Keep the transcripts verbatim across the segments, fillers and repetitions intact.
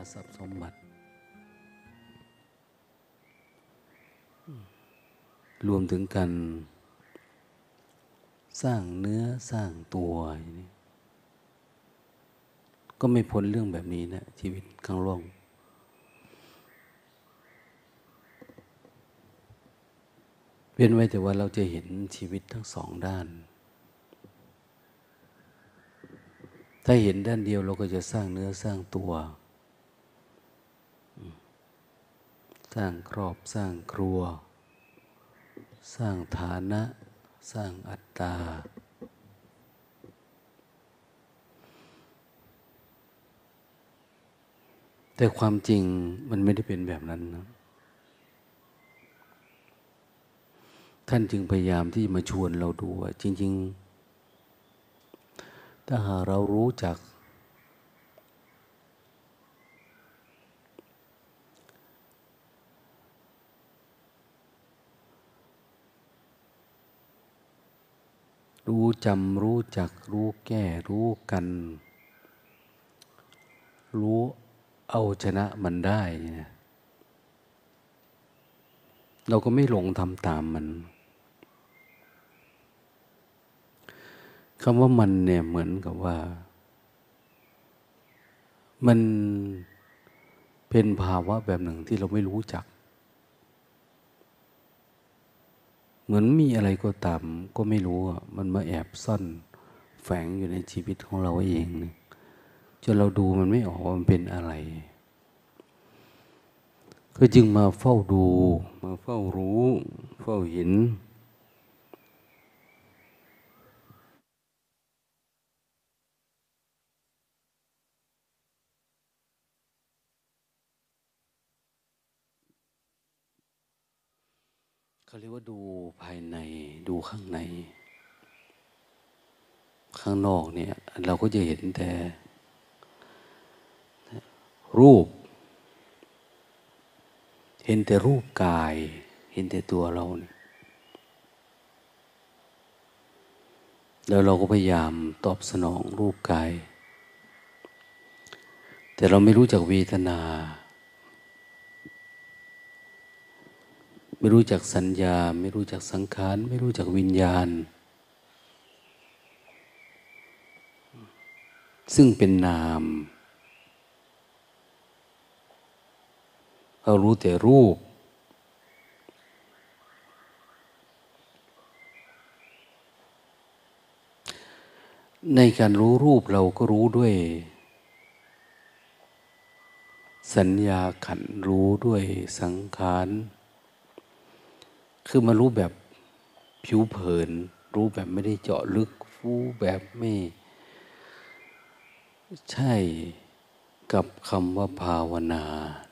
ทรัพย์สมบัติรวมถึงการสร้างเนื้อสร้างตัวอย่างนี้ก็ไม่พ้นเรื่องแบบนี้นะชีวิตข้างโลกเว้นไว้แต่ว่าเราจะเห็นชีวิตทั้งสองด้านถ้าเห็นด้านเดียวเราก็จะสร้างเนื้อสร้างตัวสร้างครอบสร้างครัวสร้างฐานะสร้างอัตตาแต่ความจริงมันไม่ได้เป็นแบบนั้นนะท่านจึงพยายามที่มาชวนเราดูว่าจริงๆถ้าหากเรารู้จักรู้จำรู้จักรู้แก้รู้กันรู้เอาชนะมันได้เนี่ยเราก็ไม่หลงทำตามมันคำว่ามันเนี่ยเหมือนกับว่ามันเป็นภาวะแบบหนึ่งที่เราไม่รู้จักเหมือนมีอะไรก็ตามก็ไม่รู้อ่ะมันมาแอบซ่อนแฝงอยู่ในชีวิตของเราเองเนี่ยจนเราดูมันไม่ออกว่ามันเป็นอะไรก็จึงมาเฝ้าดูมาเฝ้ารู้เฝ้าเห็นเขาเรียกว่าดูภายในดูข้างในข้างนอกเนี่ยเราก็จะเห็นแต่รูปเห็นแต่รูปกายเห็นแต่ตัวเราเนี่ยแล้วเราก็พยายามตอบสนองรูปกายแต่เราไม่รู้จักเวทนาไม่รู้จักสัญญาไม่รู้จักสังขารไม่รู้จักวิญญาณซึ่งเป็นนามเรารู้แต่รูปในการรู้รูปเราก็รู้ด้วยสัญญาขันธ์รู้ด้วยสังขารคือมารู้แบบผิวเผินรู้แบบไม่ได้เจาะลึกฟูแบบไม่ใช่กับคำว่าภาวนา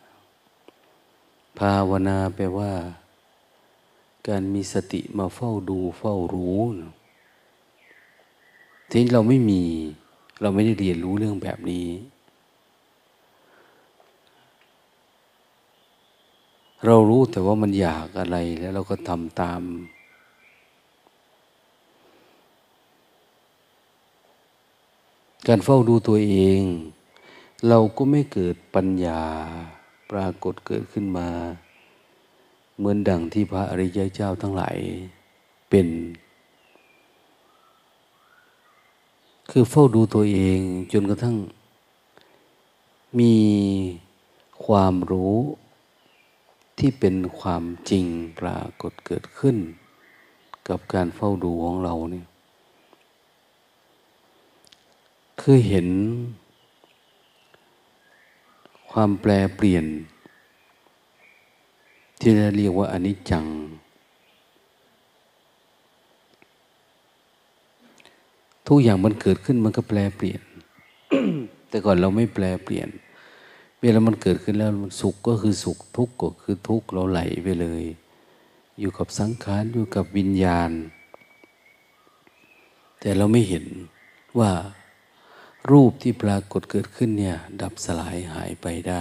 ภาวนาแปลว่าการมีสติมาเฝ้าดูเฝ้ารู้ทีนี้เราไม่มีเราไม่ได้เรียนรู้เรื่องแบบนี้เรารู้แต่ว่ามันอยากอะไรแล้วเราก็ทำตามการเฝ้าดูตัวเองเราก็ไม่เกิดปัญญาปรากฏเกิดขึ้นมาเหมือนดังที่พระอริยเจ้าทั้งหลายเป็นคือเฝ้าดูตัวเองจนกระทั่งมีความรู้ที่เป็นความจริงปรากฏเกิดขึ้นกับการเฝ้าดูของเราเนี่ยคือเห็นความแปรเปลี่ยนที่เราเรียกว่าอนิจจังทุกอย่างมันเกิดขึ้นมันก็แปรเปลี่ยน แต่ก่อนเราไม่แปรเปลี่ยนเวลามันเกิดขึ้นแล้วมันสุขก็คือสุขทุกข์ก็คือทุกข์เราไหลไปเลยอยู่กับสังขารอยู่กับวิญญาณแต่เราไม่เห็นว่ารูปที่ปรากฏเกิดขึ้นเนี่ยดับสลายหายไปได้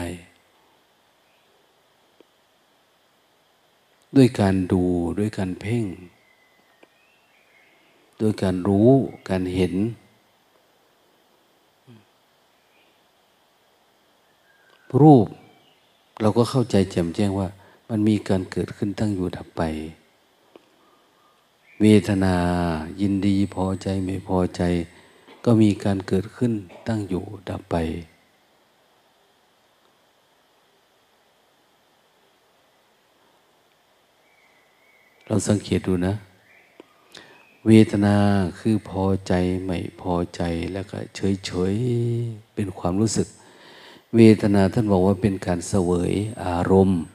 ด้วยการดูด้วยการเพ่งด้วยการรู้การเห็นรูปเราก็เข้าใจแจ่มแจ้งว่ามันมีการเกิดขึ้นตั้งอยู่ดับไปเวทนายินดีพอใจไม่พอใจก็มีการเกิดขึ้นตั้งอยู่ดับไปเราสังเกตดูนะเวทนาคือพอใจไม่พอใจแล้วก็เฉยเฉยเป็นความรู้สึกเวทนาท่านบอกว่าเป็นการเสวยอารมณ์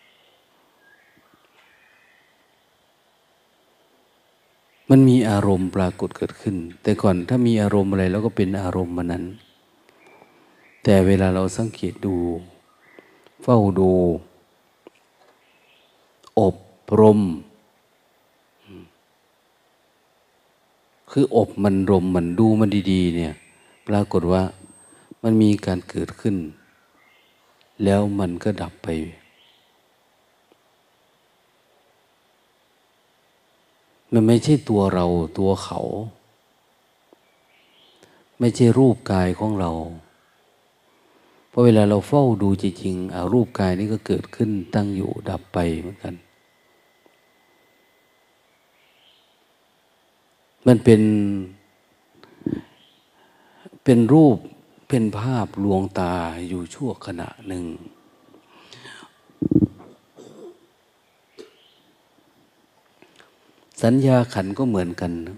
มันมีอารมณ์ปรากฏเกิดขึ้นแต่ก่อนถ้ามีอารมณ์อะไรเราก็เป็นอารมณ์มันนั้นแต่เวลาเราสังเกตดูเฝ้าดูอบรมคืออบมันรมมันดูมันดีๆเนี่ยปรากฏว่ามันมีการเกิดขึ้นแล้วมันก็ดับไปมันไม่ใช่ตัวเราตัวเขาไม่ใช่รูปกายของเราเพราะเวลาเราเฝ้าดูจริงๆรูปกายนี้ก็เกิดขึ้นตั้งอยู่ดับไปเหมือนกันมันเป็นเป็นรูปเป็นภาพลวงตาอยู่ชั่วขณะหนึ่งสัญญาขันธ์ก็เหมือนกันนะ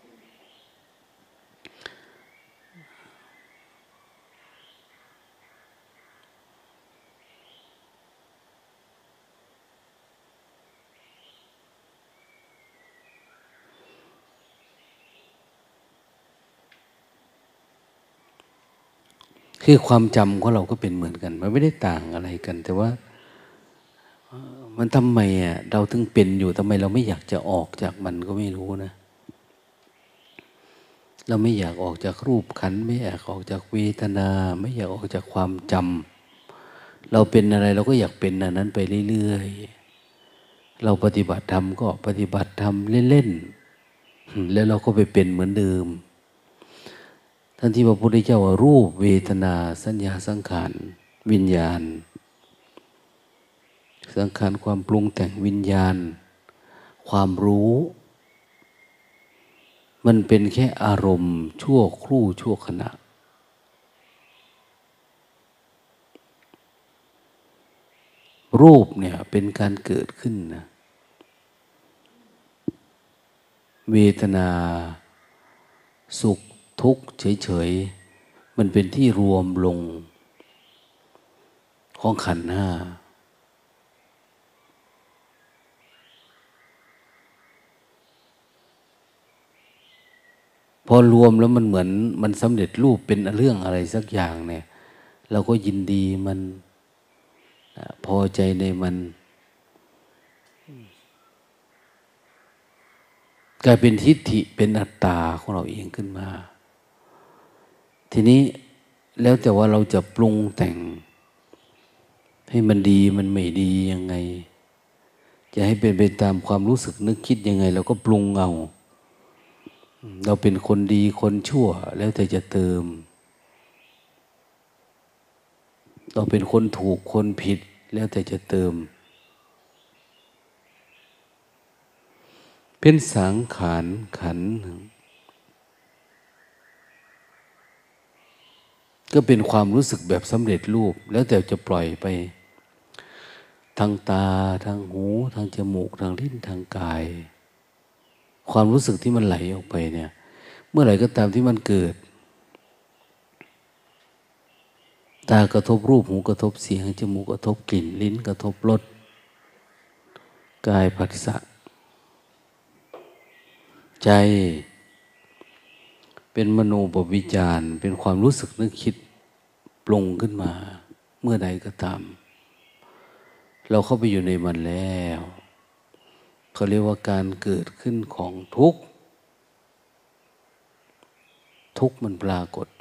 คือความจำของเราก็เป็นเหมือนกันมันไม่ได้ต่างอะไรกัน แต่ว่ามันทำไมอ่ะเราถึงเป็นอยู่ทำไมเราไม่อยากจะออกจากมันก็ไม่รู้นะเราไม่อยากออกจากรูปขันธ์ไม่อยากออกจากเวทนาไม่อยากออกจากความจำเราเป็นอะไรเราก็อยากเป็นอันนั้นไปเรื่อยๆเราปฏิบัติธรรมก็ปฏิบัติธรรมเล่นๆแล้วเราก็ไปเป็นเหมือนเดิมท่านที่พระพุทธเจ้าว่ารูปเวทนาสัญญาสังขารวิญญาณสังขารความปรุงแต่งวิญญาณความรู้มันเป็นแค่อารมณ์ชั่วครู่ชั่วขณะรูปเนี่ยเป็นการเกิดขึ้นนะเวทนาสุขทุกข์เฉยๆมันเป็นที่รวมลงของขันธ์ห้าพอรวมแล้วมันเหมือนมันสำเร็จรูปเป็นเรื่องอะไรสักอย่างเนี่ยเราก็ยินดีมันพอใจในมันกลายเป็นทิฏฐิเป็นอัตตาของเราเองขึ้นมาทีนี้แล้วแต่ว่าเราจะปรุงแต่งให้มันดีมันไม่ดียังไงจะให้เป็นไปตามความรู้สึกนึกคิดยังไงเราก็ปรุงเอาเราเป็นคนดีคนชั่วแล้วแต่จะเติมเราเป็นคนถูกคนผิดแล้วแต่จะเติมเป็นสังขารขันธ์ก็เป็นความรู้สึกแบบสำเร็จรูปแล้วแต่จะปล่อยไปทางตาทางหูทางจมูกทางลิ้นทางกายความรู้สึกที่มันไหลออกไปเนี่ยเมื่อไหร่ก็ตามที่มันเกิดตากระทบรูปหูกระทบเสียงจมูกกระทบกลิ่นลิ้นกระทบรสกายผัสสะใจเป็นมโนปวิจารเป็นความรู้สึกนึกคิดปรุงขึ้นมาเมื่อใดก็ตามเราเข้าไปอยู่ในมันแล้วเขาเรียกว่าการเกิดขึ้นของทุกข์ทุกข์มันปรากฏ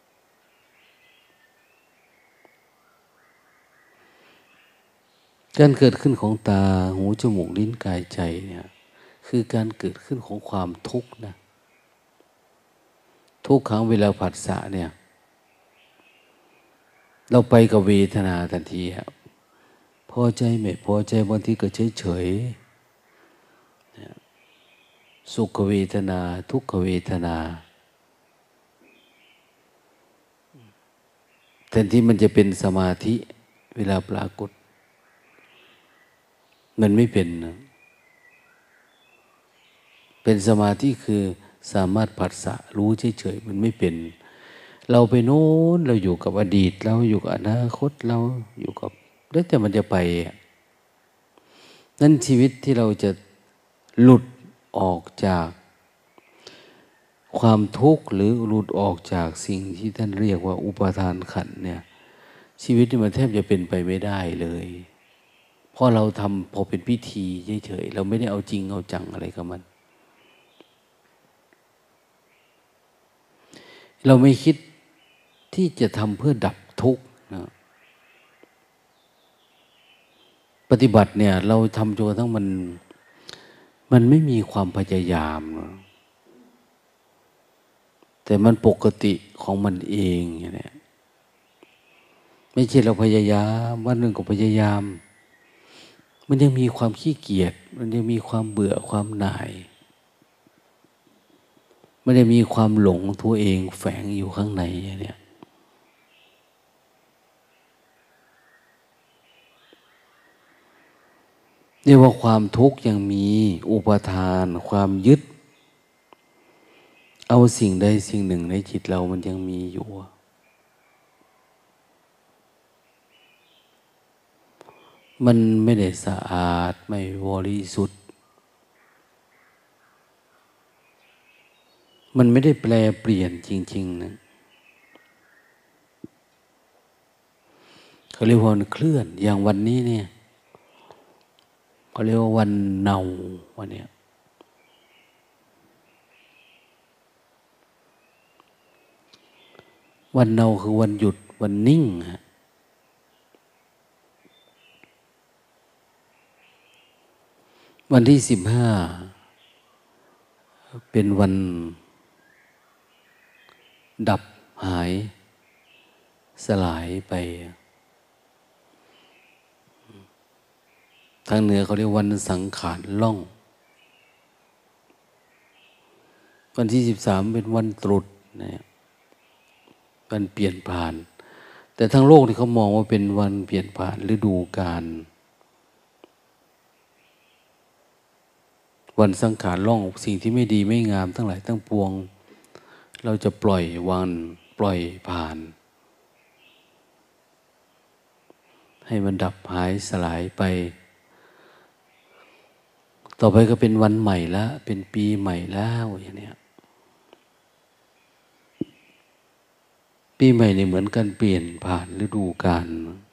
การเกิดขึ้นของตาหูจมูกลิ้นกายใจเนี่ยคือการเกิดขึ้นของความทุกข์นะทุกครั้งเวลาผัสสะเนี่ยเราไปกับเวทนาทันทีอะพอใจไม่พอใจบางทีก็เฉยเฉยสุขเวทนาทุกขเวทนาแทนที่มันจะเป็นสมาธิเวลาปรากฏมันไม่เป็นนะเป็นสมาธิคือสามารถผัสสะรู้เฉยๆมันไม่เป็นเราไปโน้นเราอยู่กับอดีตเราอยู่กับอนาคตเราอยู่กับแล้วแต่มันจะไปนั่นชีวิตที่เราจะหลุดออกจากความทุกข์หรือหลุดออกจากสิ่งที่ท่านเรียกว่าอุปาทานขันธ์เนี่ยชีวิตนี่มันแทบจะเป็นไปไม่ได้เลยเพราะเราทำพอเป็นพิธีเฉยๆเราไม่ได้เอาจริงเอาจังอะไรกับมันเราไม่คิดที่จะทำเพื่อดับทุกข์นะปฏิบัติเนี่ยเราทำจนกระทั่งมันมันไม่มีความพยายามนะแต่มันปกติของมันเองอย่างนี้ไม่ใช่เราพยายามวันหนึ่งก็พยายามมันยังมีความขี้เกียจมันยังมีความเบื่อความหน่ายมันยังมีความหลงตัวเองแฝงอยู่ข้างในเนี่ยเรียกว่าความทุกข์ยังมีอุปทานความยึดเอาสิ่งใดสิ่งหนึ่งในจิตเรามันยังมีอยู่มันไม่ได้สะอาดไม่บริสุทธิ์มันไม่ได้แปลเปลี่ยนจริงๆนะเขาเรียกว่าเคลื่อนอย่างวันนี้เนี่ยเขาเรียกว่าวันเนาวันเนี้ยวันเนาคือวันหยุดวันนิ่งฮะวันที่สิบห้าเป็นวันดับหายสลายไปทางเหนือเขาเรียกวันสังขารล่องวันที่สิบสามเป็นวันตรุษนะวันเปลี่ยนผ่านแต่ทั้งโลกที่เขามองว่าเป็นวันเปลี่ยนผ่านฤดูกาลวันสังขารล่องสิ่งที่ไม่ดีไม่งามทั้งหลายทั้งปวงเราจะปล่อยวันปล่อยผ่านให้มันดับหายสลายไปต่อไปก็เป็นวันใหม่ละเป็นปีใหม่แล้วอย่างเนี้ยปีใหม่เนี่ยเหมือนกันเปลี่ยนผ่านฤดูกาล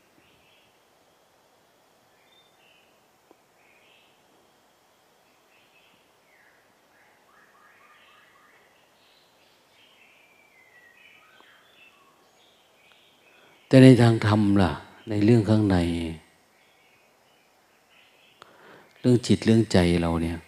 แต่ในทางธรรมล่ะในเรื่องข้างในเรื่องจิตเรื่องใจเราเนี่ย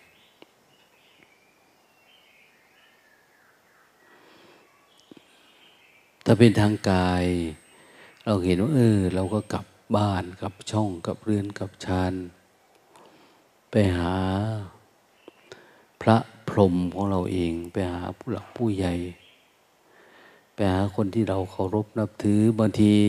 ถ้าเป็นทางกายเราเห็นว่าเออเราก็กลับบ้านกลับช่องกลับเรือนกลับชานไปหาพระพรหมของเราเองไปหาผู้หลักผู้ใหญ่ไปหาคนที่เราเคารพนับถือบางที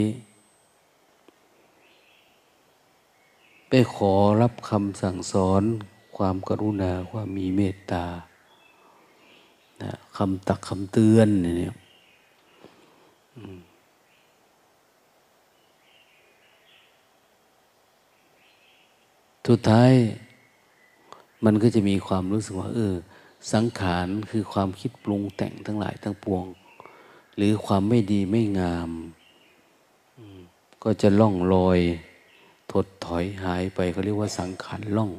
ไปขอรับคำสั่งสอนความกรุณาความมีเมตตานะคำตักคำเตือนเนี่ยสุดท้ายมันก็จะมีความรู้สึกว่าเออสังขารคือความคิดปรุงแต่งทั้งหลายทั้งปวงหรือความไม่ดีไม่งามก็จะล่องลอยถดถอยหายไปเขาเรียกว่าสังขารล่อง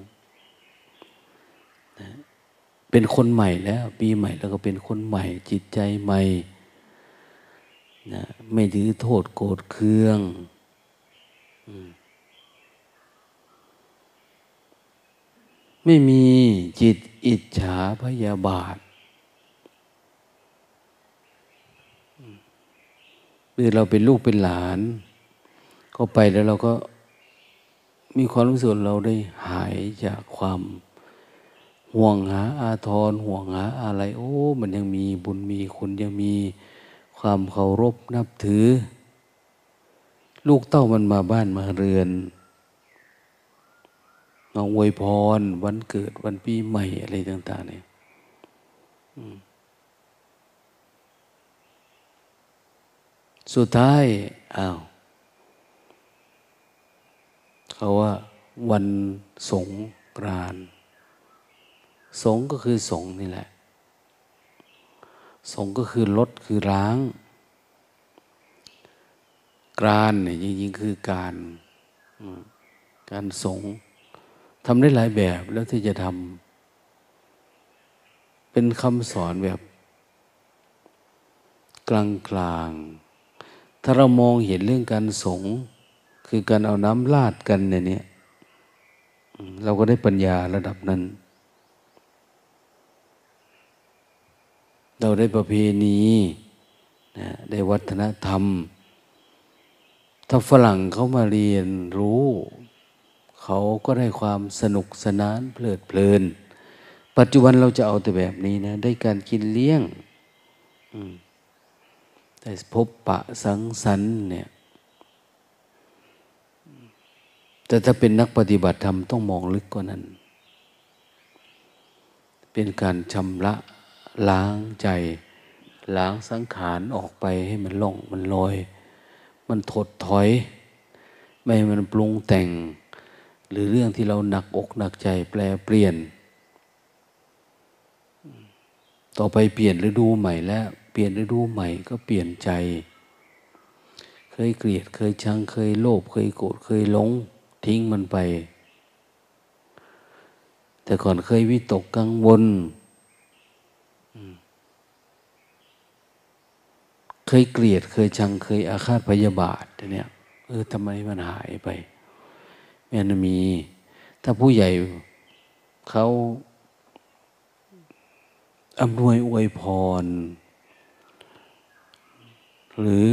นะเป็นคนใหม่แล้วปีใหม่แล้วก็เป็นคนใหม่จิตใจใหม่นะไม่ถือโทษโกรธเคืองไม่มีจิตอิจฉาพยาบาทคือเราเป็นลูกเป็นหลานก็ไปแล้วเราก็มีความรู้สึกเราได้หายจากความห่วงหาอาทรห่วงหาอะไรโอ้มันยังมีบุญมีคุณยังมีความเคารพนับถือลูกเต้ามันมาบ้านมาเรือนมาอวยพรวันเกิดวันปีใหม่อะไรต่างๆเนี่ยสุดท้ายอ้าวเขาว่าวันสงกรานต์สงก็คือสงนี่แหละสงก็คือลดคือล้างกรานเนี่ยจริงๆคือการการสงทำได้หลายแบบแล้วที่จะทำเป็นคำสอนแบบกลางๆถ้าเรามองเห็นเรื่องการสงคือการเอาน้ำลาดกันเนี่ยเราก็ได้ปัญญาระดับนั้นเราได้ประเพณีนะได้วัฒนธรรมถ้าฝรั่งเขามาเรียนรู้เขาก็ได้ความสนุกสนานเพลิดเพลินปัจจุบันเราจะเอาแต่แบบนี้นะได้การกินเลี้ยงได้พบปะสังสรรค์เนี่ยแต่ถ้าเป็นนักปฏิบัติธรรมต้องมองลึกกว่านั้นเป็นการชำระล้างใจล้างสังขารออกไปให้มันล่องมันลอยมันถดถอยไม่ให้มันปรุงแต่งหรือเรื่องที่เราหนักอกหนักใจแปลเปลี่ยนต่อไปเปลี่ยนฤดูใหม่แล้วเปลี่ยนฤดูใหม่ก็เปลี่ยนใจเคยเกลียดเคยชังเคยโลภเคยโกรธเคยหลงทิ้งมันไปแต่ก่อนเคยวิตกกังวลเคยเกลียดเคยชังเคยอาฆาตพยาบาทเนี่ยเออทำไมมันหายไปแม้นมีถ้าผู้ใหญ่เขาอำนวยอวยพรหรือ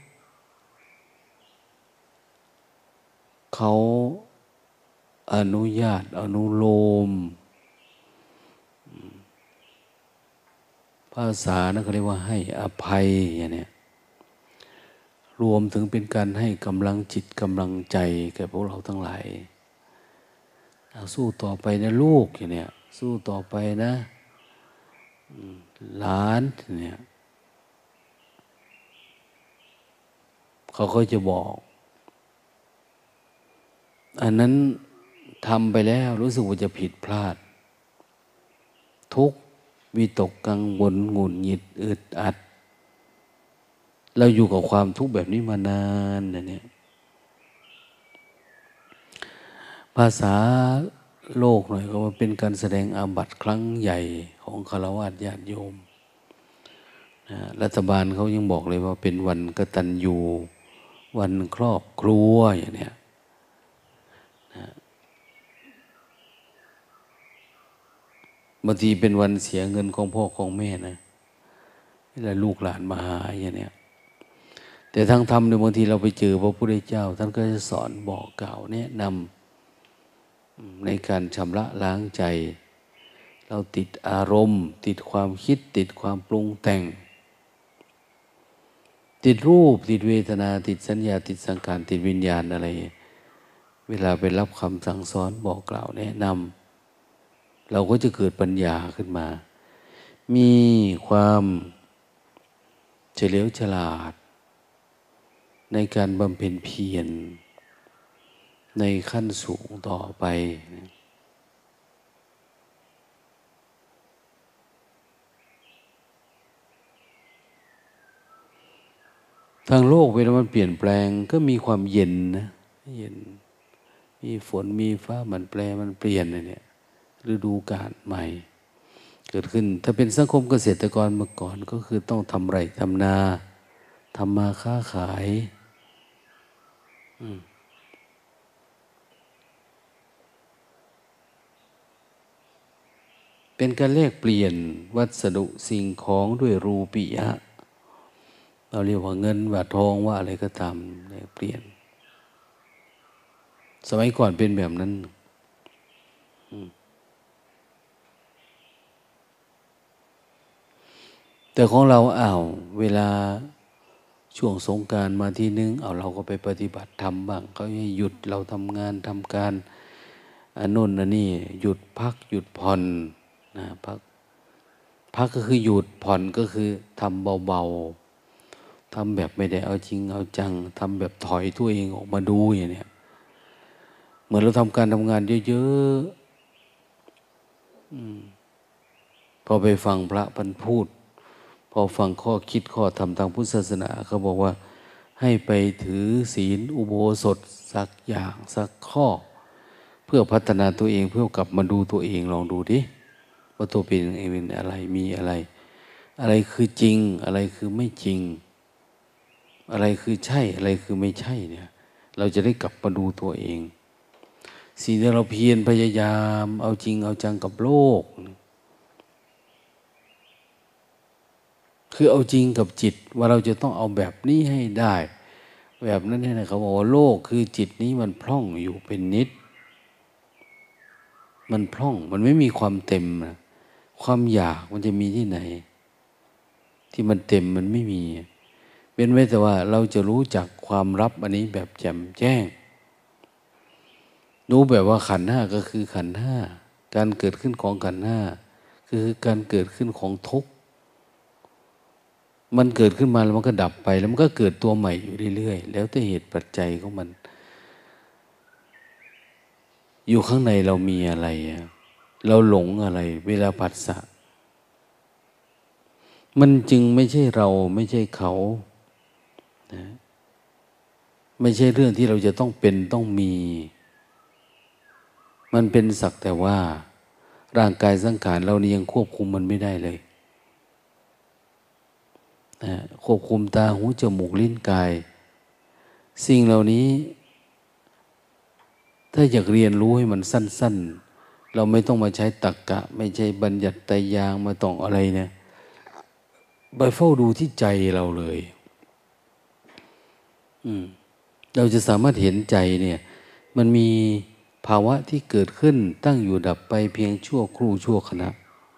เขาอนุญาตอนุโลมภาษานะเขาเรียกว่าให้อภัยอย่างนี้รวมถึงเป็นการให้กำลังจิตกำลังใจแก่พวกเราทั้งหลายสู้ต่อไปนะลูกอย่างนี้สู้ต่อไปนะหลานเนี่ยเขาก็จะบอกอันนั้นทำไปแล้วรู้สึกว่าจะผิดพลาดทุกข์วิตกกังวลหงุดหงิดอึดอัดเราอยู่กับความทุกข์แบบนี้มานานนะเนี่ยภาษาโลกหน่อยก็ว่าเป็นการแสดงอาบัติครั้งใหญ่ของฆราวาสญาติโยมนะรัฐบาลเขายังบอกเลยว่าเป็นวันกตัญญูวันครอบครัวอย่างเนี้ยนะบางทีเป็นวันเสียเงินของพ่อของแม่นะเวลาลูกหลานมาหาอย่างเนี้ยแต่ทางธรรมเนี่ยบางทีเราไปเจอพระพุทธเจ้าท่านก็จะสอนบอกกล่าวแนะนำในการชำระล้างใจเราติดอารมณ์ติดความคิดติดความปรุงแต่งติดรูปติดเวทนาติดสัญญาติดสังขารติดวิญญาณอะไรเวลาไปรับคำสั่งสอนบอกกล่าวแนะนำเราก็จะเกิดปัญญาขึ้นมามีความเฉลียวฉลาดในการบำเพ็ญเพียรในขั้นสูงต่อไปทางโลกเวลามันเปลี่ยนแปลงก็มีความเย็นนะเย็นมีฝนมีฟ้ามันแปลมันเปลี่ยนเนี่ยฤดูกาลใหม่เกิดขึ้นถ้าเป็นสังคมเกษตรกรเมื่อก่อนก็คือต้องทำไร่ทำนาทำมาค้าขายเป็นการแลกเปลี่ยนวัสดุสิ่งของด้วยรูปียะเราเรียกว่าเงินว่าทองว่าอะไรก็ตามแลกเปลี่ยนสมัยก่อนเป็นแบบนั้นแต่ของเราอ้าวเวลาช่วงสงกรานต์มาทีนึงเอาเราก็ไปปฏิบัติธรรมบ้างเขาให้หยุดเราทำงานทำการอันโน่นอันนี่หยุดพักหยุดผ่อนนะพักพักก็คือหยุดผ่อนก็คือทำเบาๆทำแบบไม่ได้เอาจริงเอาจังทำแบบถอยตัวเองออกมาดูอย่างเนี้ยเหมือนเราทำการทำงานเยอะๆอพอไปฟังพระพันพูดพอฟังข้อคิดข้อธรรมทางพุทธศาสนาเขาบอกว่าให้ไปถือศีลอุโบสถสักอย่างสักข้อเพื่อพัฒนาตัวเองเพื่อกลับมาดูตัวเองลองดูดิว่าตัวเป็นเองเป็นอะไรมีอะไรอะไรคือจริงอะไรคือไม่จริงอะไรคือใช่อะไรคือไม่ใช่เนี่ยเราจะได้กลับมาดูตัวเองสิ่งที่เราเพียรพยายามเอาจริงเอาจังกับโลกคือเอาจริงกับจิตว่าเราจะต้องเอาแบบนี้ให้ได้แบบนั้นให้ได้เขาบอกว่าโลกคือจิตนี้มันพร่องอยู่เป็นนิดมันพร่องมันไม่มีความเต็มนะความอยากมันจะมีที่ไหนที่มันเต็มมันไม่มีเป็นไว้แต่ว่าเราจะรู้จักความรับอันนี้แบบแจ่มแจ้งรู้แบบว่าขันธ์ห้าก็คือขันธ์ห้าการเกิดขึ้นของขันธ์ห้าคือการเกิดขึ้นของทุกข์มันเกิดขึ้นมาแล้วมันก็ดับไปแล้วมันก็เกิดตัวใหม่อยู่เรื่อยๆแล้วแต่เหตุปัจจัยของมันอยู่ข้างในเรามีอะไรเราหลงอะไรเวลาผัสสะมันจึงไม่ใช่เราไม่ใช่เขานะไม่ใช่เรื่องที่เราจะต้องเป็นต้องมีมันเป็นสักแต่ว่าร่างกายสังขารเรานี่ยังควบคุมมันไม่ได้เลยนะควบคุมตาหูจมูกลิ้นกายสิ่งเหล่านี้ถ้าอยากเรียนรู้ให้มันสั้นๆเราไม่ต้องมาใช้ตรรกะไม่ใช่บัญญัติไตรยางมาต้องอะไรเนี่ยไปเฝ้าดูที่ใจเราเลยอืมเราจะสามารถเห็นใจเนี่ยมันมีภาวะที่เกิดขึ้นตั้งอยู่ดับไปเพียงชั่วครู่ชั่วขณะ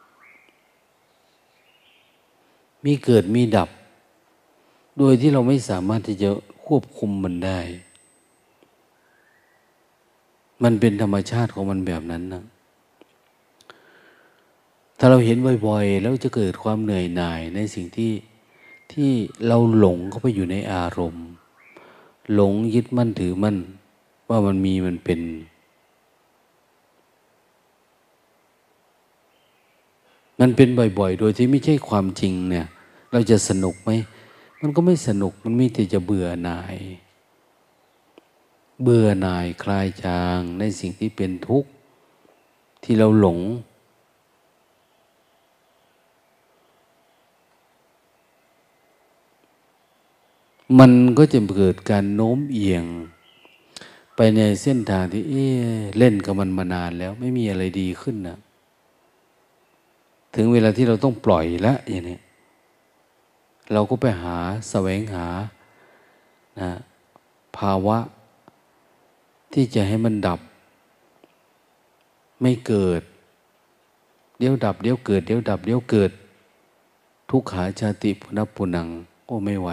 มีเกิดมีดับโดยที่เราไม่สามารถที่จะควบคุมมันได้มันเป็นธรรมชาติของมันแบบนั้นนะถ้าเราเห็นบ่อยๆแล้วจะเกิดความเหนื่อยหน่ายในสิ่งที่ที่เราหลงเข้าไปอยู่ในอารมณ์หลงยึดมั่นถือมั่นว่ามันมีมันเป็นมันเป็นบ่อยๆโดยที่ไม่ใช่ความจริงเนี่ยเราจะสนุกไหมมันก็ไม่สนุกมันมีแต่จะเบื่อหน่ายเบื่อหน่ายคลายจางในสิ่งที่เป็นทุกข์ที่เราหลงมันก็จะเกิดการโน้มเอียงไปในเส้นทางที่เอ๊ะเล่นกับมันมานานแล้วไม่มีอะไรดีขึ้นนะถึงเวลาที่เราต้องปล่อยแล้วอย่างนี้เราก็ไปหาแสวงหานะภาวะที่จะให้มันดับไม่เกิดเดี๋ยวดับเดี๋ยวเกิดเดี๋ยวดับเดี๋ยวเกิดทุกขาชาติปุณปุนังโอ้ไม่ไหว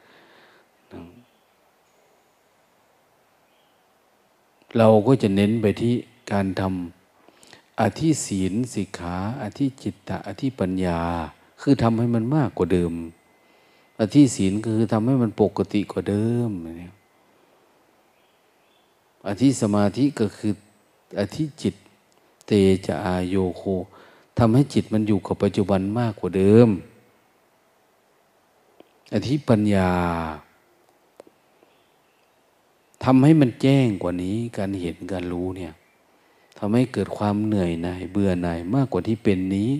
เราก็จะเน้นไปที่การทำอธิศีลสิกขาอธิจิตตะอธิปัญญาคือทำให้มันมากกว่าเดิมอธิศีลคือทำให้มันปกติกว่าเดิมอธิสมาธิก็คืออธิจิตเตจะอาโยโคทำให้จิตมันอยู่กับปัจจุบันมากกว่าเดิมอธิปัญญาทำให้มันแจ้งกว่านี้การเห็นการรู้เนี่ยทำให้เกิดความเหนื่อยหน่ายเบื่อหน่ายมากกว่าที่เป็นนี้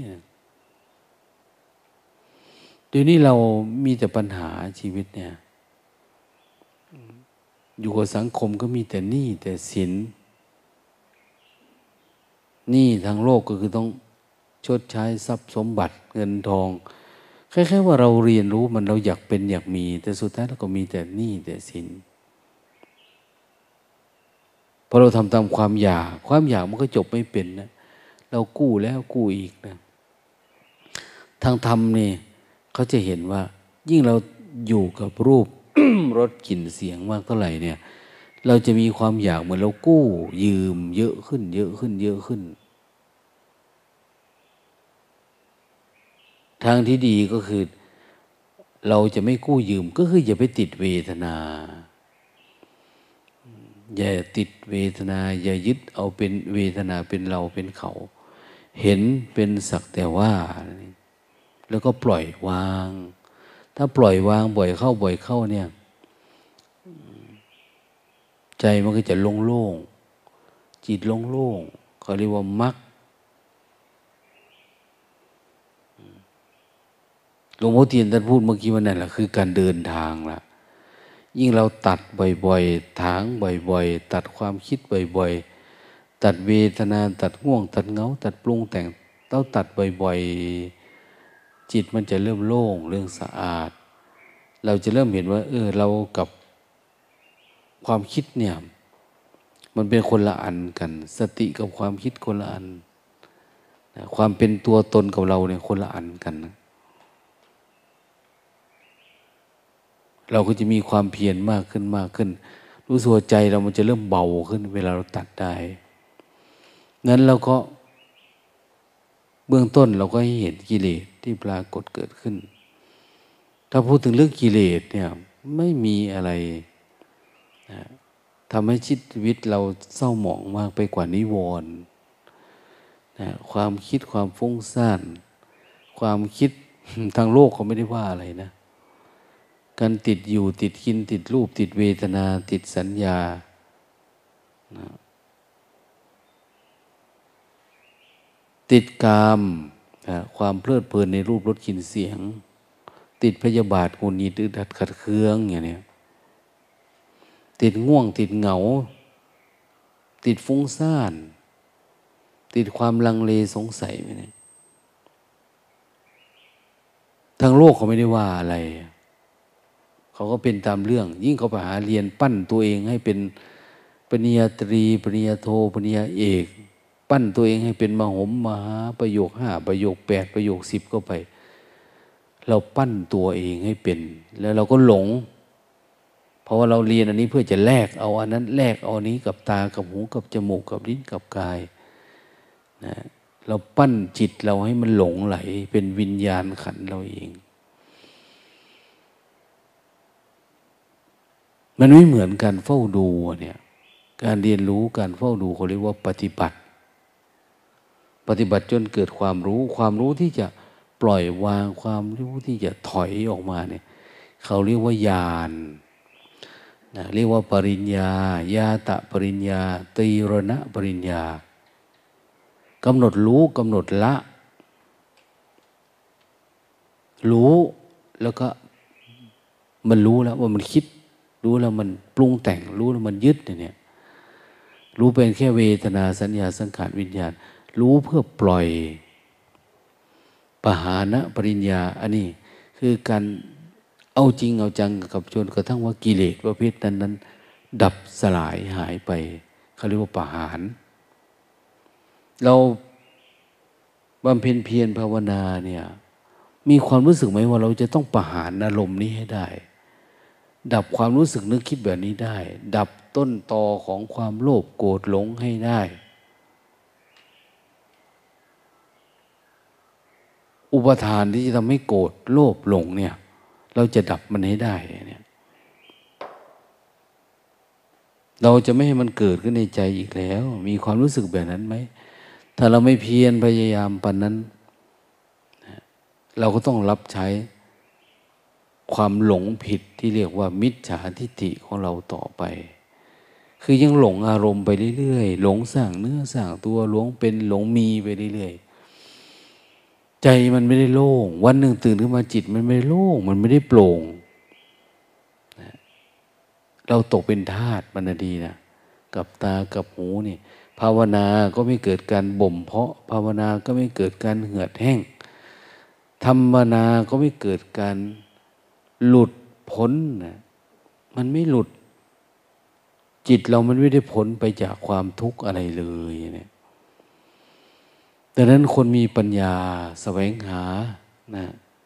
เดี๋ยวนี้เรามีแต่ปัญหาชีวิตเนี่ยอยู่กับสังคมก็มีแต่หนี้แต่สินหนี้ทางโลกก็คือต้องชดใช้ทรัพย์สมบัติเงินทองแค่ๆว่าเราเรียนรู้มันเราอยากเป็นอยากมีแต่สุดท้ายเราก็มีแต่หนี้แต่สินพอเราทำตามความอยากความอยากมันก็จบไม่เป็นนะเรากู้แล้วกู้อีกนะทางธรรมนี่เขาจะเห็นว่ายิ่งเราอยู่กับรูป รสกลิ่นเสียงมากเท่าไหร่เนี่ยเราจะมีความอยากเหมือนเรากู้ยืมเยอะขึ้นเยอะขึ้นเยอะขึ้นทางที่ดีก็คือเราจะไม่กู้ยืมก็คืออย่าไปติดเวทนาอย่าติดเวทนาอย่ายึดเอาเป็นเวทนาเป็นเราเป็นเขาเห็นเป็นสักแต่ว่าแล้วก็ปล่อยวางถ้าปล่อยวางบ่อยเข้าบ่อยเข้าเนี่ยใจมันก็จะโล่งๆจิตโล่งๆเขาเรียกว่ามรรคหลวงพ่อเทียนท่านพูดเมื่อกี้ว่านั่นแหละคือการเดินทางล่ะยิ่งเราตัดบ่อยๆถางบ่อยๆตัดความคิดบ่อยๆตัดเวทนาตัดง่วงตัดเหงาตัดปรุงแต่งต้องตัดบ่อยๆจิตมันจะเริ่มโล่งเรื่องสะอาดเราจะเริ่มเห็นว่าเออเรากับความคิดเนี่ยมันเป็นคนละอันกันสติกับความคิดคนละอันความเป็นตัวตนกับเราเนี่ยคนละอันกันนะเราก็จะมีความเพียรมากขึ้นมากขึ้นรู้สึกใจเรามันจะเริ่มเบาขึ้นเวลาเราตัดได้นั้นเราก็เบื้องต้นเราก็ให้เห็นกิเลสที่ปรากฏเกิดขึ้นถ้าพูดถึงเรื่องกิเลสเนี่ยไม่มีอะไรนะทำให้ชีวิตเราเศร้าหมองมากไปกว่านิวรณ์นะความคิดความฟุ้งซ่านความคิด ทางโลกเขาไม่ได้ว่าอะไรนะการติดอยู่ติดกินติดรูปติดเวทนาติดสัญญานะติดกามนะความเพลิดเพลินในรูปรสกลิ่นเสียงติดพยาบาทหงุดหงิดอึดอัดขัดเคืองอย่างนี้ติดง่วงติดเหงาติดฟุ้งซ่านติดความลังเลสงสัยไปเนี่ยทางโลกเขาไม่ได้ว่าอะไรเขาก็เป็นตามเรื่องยิ่งเขาไปหาเรียนปั้นตัวเองให้เป็นปริญญาตรีปริญญาโทปริญญาเอกปั้นตัวเองให้เป็นมหมมหาประโยคห้าประโยคแปดประโยคสิบก็ไปเราปั้นตัวเองให้เป็นแล้วเราก็หลงเพราะว่าเราเรียนอันนี้เพื่อจะแลกเอาอันนั้นแลกเอาอันนี้กับตากับหูกับจมูกกับลิ้นกับกายนะเราปั้นจิตเราให้มันหลงไหลเป็นวิญญาณขันธ์เราเองมันไม่เหมือนการเฝ้าดูเนี่ยการเรียนรู้การเฝ้าดูเขาเรียกว่าปฏิบัติปฏิบัติจนเกิดความรู้ความรู้ที่จะปล่อยวางความรู้ที่จะถอยออกมาเนี่ยเขาเรียกว่าญาณนะเรียกว่าปริญญาญาตะปริญญาตรีรณปริญญากำหนดรู้กำหนดละรู้แล้วก็มันรู้แล้วว่ามันคิดรู้แล้วมันปรุงแต่งรู้แล้วมันยึดเนี่ยรู้เป็นแค่เวทนาสัญญาสังขารวิญญาณรู้เพื่อปล่อยปหานะปริญญาอันนี้คือการเอาจริงเอาจังกับจนกระทั่งว่ากิเลสประเภทนั้นนั้นดับสลายหายไปเขาเรียกว่าปหานเราบำเพ็ญเพียรภาวนาเนี่ยมีความรู้สึกไหมว่าเราจะต้องปหานอารมณ์นี้ให้ได้ดับความรู้สึกนึกคิดแบบนี้ได้ดับต้นตอของความโลภโกรธหลงให้ได้อุปทานที่จะทำให้โกรธโลภหลงเนี่ยเราจะดับมันให้ได้เนี่ยเราจะไม่ให้มันเกิดขึ้นในใจอีกแล้วมีความรู้สึกแบบนั้นไหมถ้าเราไม่เพียรพยายามปานนั้นเราก็ต้องรับใช้ความหลงผิดที่เรียกว่ามิจฉาทิฏฐิของเราต่อไปคือยังหลงอารมณ์ไปเรื่อยๆหลงสร้างเนื้อสร้างตัวหลงเป็นหลงมีไปเรื่อยๆใจมันไม่ได้โล่งวันหนึ่งตื่นขึ้นมาจิตมันไม่ได้โล่งมันไม่ได้โปร่งเราตกเป็นทาสมันดีนะกับตากับหูนี่ภาวนาก็ไม่เกิดการบ่มเพาะภาวนาก็ไม่เกิดการเหือดแห้งธรรมนาก็ไม่เกิดการหลุดพ้นนะมันไม่หลุดจิตเรามันไม่ได้พ้นไปจากความทุกข์อะไรเลยเนี่ยดังนั้นคนมีปัญญาแสวงหานะ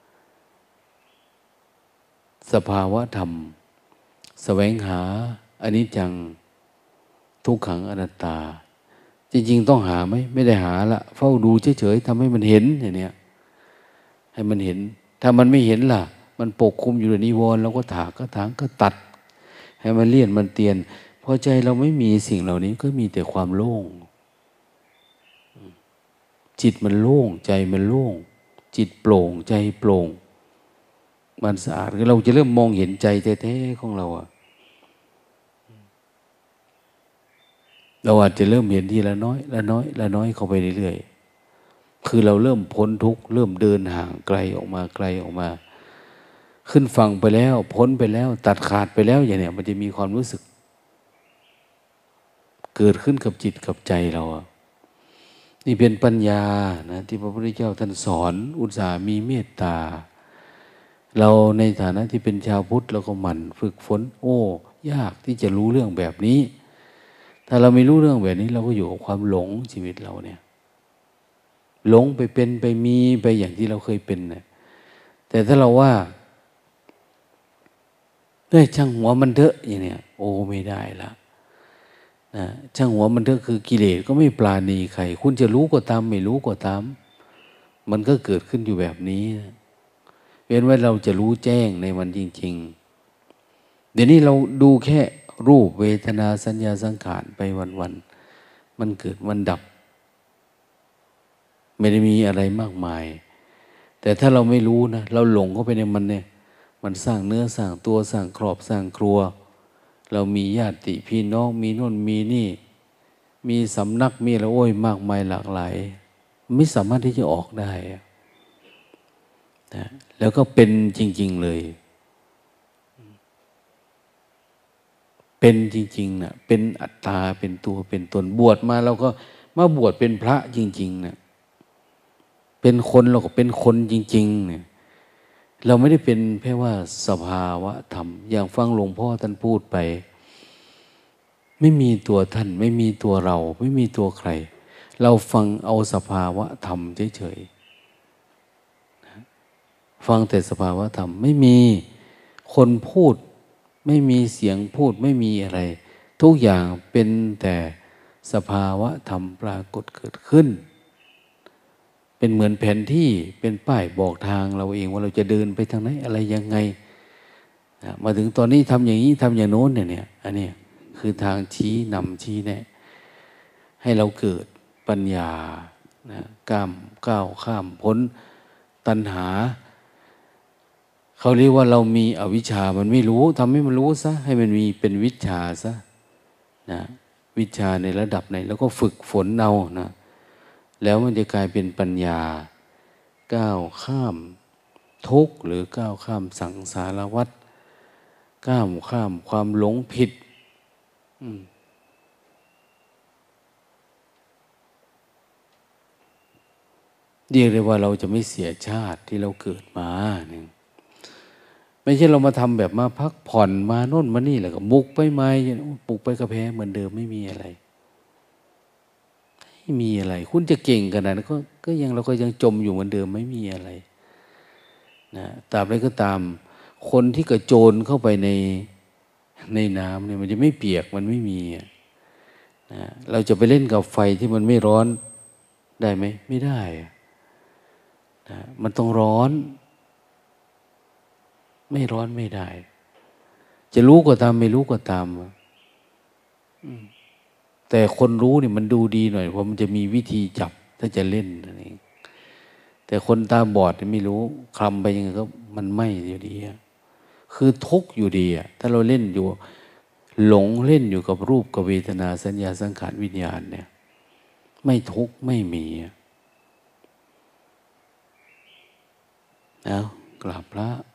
สภาวะธรรมแสวงหาอนิจจังทุกขังอนัตตาจริงๆต้องหาไหมไม่ได้หาละเฝ้าดูเฉยๆทำให้มันเห็นอย่างเนี้ยให้มันเห็นถ้ามันไม่เห็นล่ะมันปกคลุมอยู่ในนิวรณ์เราก็ถากก็ถางก็ตัดให้มันเลี่ยนมันเตียนพอใจเราไม่มีสิ่งเหล่านี้ก็มีแต่ความโล่งจิตมันโล่งใจมันโล่งจิตโปร่งใจโปร่งมันสะอาดเราจะเริ่มมองเห็นใจแท้ๆของเราอะเราอาจจะเริ่มเห็นทีละน้อยละน้อยละน้อยเข้าไปเรื่อยๆคือเราเริ่มพ้นทุกข์เริ่มเดินห่างไกลออกมาไกลออกมาขึ้นฝั่งไปแล้วพ้นไปแล้วตัดขาดไปแล้วอย่างเนี้ยมันจะมีความรู้สึกเกิดขึ้นกับจิตกับใจเราอะนี่เป็นปัญญานะที่พระพุทธเจ้าท่านสอนอุตส่าห์มีเมตตาเราในฐานะที่เป็นชาวพุทธเราก็หมั่นฝึกฝนโอ้ยากที่จะรู้เรื่องแบบนี้ถ้าเราไม่รู้เรื่องแบบนี้เราก็อยู่กับความหลงชีวิตเราเนี่ยหลงไปเป็นไปมีไปอย่างที่เราเคยเป็นเนี่ยแต่ถ้าเราว่าได้ช่างหัวมันเถอะอย่างเนี้ยโอ้ไม่ได้ละนะช่างหัวมันเถอะคือกิเลสก็ไม่ปราณีใครคุณจะรู้ก็ตามไม่รู้ก็ตามมันก็เกิดขึ้นอยู่แบบนี้นะเว้นไว้เราจะรู้แจ้งในมันจริงๆเดี๋ยวนี้เราดูแค่รูปเวทนาสัญญาสังขารไปวันๆมันเกิดมันดับไม่ได้มีอะไรมากมายแต่ถ้าเราไม่รู้นะเราหลงเข้าไปในมันเนี่ยมันสร้างเนื้อสร้างตัวสร้างครอบสร้างครัวเรามีญาติพี่น้องมีโน่นมีนี่มีสำนักมีอะไรโอ้ยมากมายหลากหลายไม่สามารถที่จะออกได้นะแล้วก็เป็นจริงๆเลยเป็นจริงๆนะเป็นอัตตาเป็นตัวเป็นตนบวชมาเราก็มาบวชเป็นพระจริงๆนะเป็นคนเราก็เป็นคนจริงๆเนี่ยเราไม่ได้เป็นแค่ว่าสภาวะธรรมอย่างฟังหลวงพ่อท่านพูดไปไม่มีตัวท่านไม่มีตัวเราไม่มีตัวใครเราฟังเอาสภาวะธรรมเฉยๆฟังแต่สภาวะธรรมไม่มีคนพูดไม่มีเสียงพูดไม่มีอะไรทุกอย่างเป็นแต่สภาวะธรรมปรากฏเกิดขึ้นเป็นเหมือนแผนที่เป็นป้ายบอกทางเราเองว่าเราจะเดินไปทางไหนอะไรยังไงมาถึงตอนนี้ทำอย่างนี้ทำอย่างโน้นเนี่ยเนี่ยอันนี้คือทางชี้นำชี้แนะให้เราเกิดปัญญานะก้ามก้าวข้ามพ้นตัณหาเขาเรียกว่าเรามีอวิชชามันไม่รู้ทำให้มันรู้ซะให้มันมีเป็นวิชาซะนะวิชาในระดับไหนแล้วก็ฝึกฝนเอานะแล้วมันจะกลายเป็นปัญญาก้าวข้ามทุกข์หรือก้าวข้ามสังสารวัฏก้าวข้ามความหลงผิดเรียกได้ว่าเราจะไม่เสียชาติที่เราเกิดมาเนี่ยไม่ใช่เรามาทำแบบมาพักผ่อนมาโน่นมานี่แล้วก็บุกไปไม้บุกไปกระแพเหมือนเดิมไม่มีอะไรไม่มีอะไรคุณจะเก่งขนาดนั้นก็ก็ยังเราก็ยังจมอยู่เหมือนเดิมไม่มีอะไรนะตราบใดก็ตามคนที่กระโจนเข้าไปในในน้ำเนี่ยมันจะไม่เปียกมันไม่มีนะเราจะไปเล่นกับไฟที่มันไม่ร้อนได้ไหมไม่ได้นะมันต้องร้อนไม่ร้อนไม่ได้จะรู้ก็ตามไม่รู้ก็ตามแต่คนรู้เนี่ยมันดูดีหน่อยเพราะมันจะมีวิธีจับถ้าจะเล่นนั่นเองแต่คนตาบอดไม่รู้คลำไปยังไงก็มันไม่อยู่ดีคือทุกข์อยู่ดีถ้าเราเล่นอยู่หลงเล่นอยู่กับรูปกับเวทนาสัญญาสังขารวิญญาณเนี่ยไม่ทุกข์ไม่มีนะกราบพระ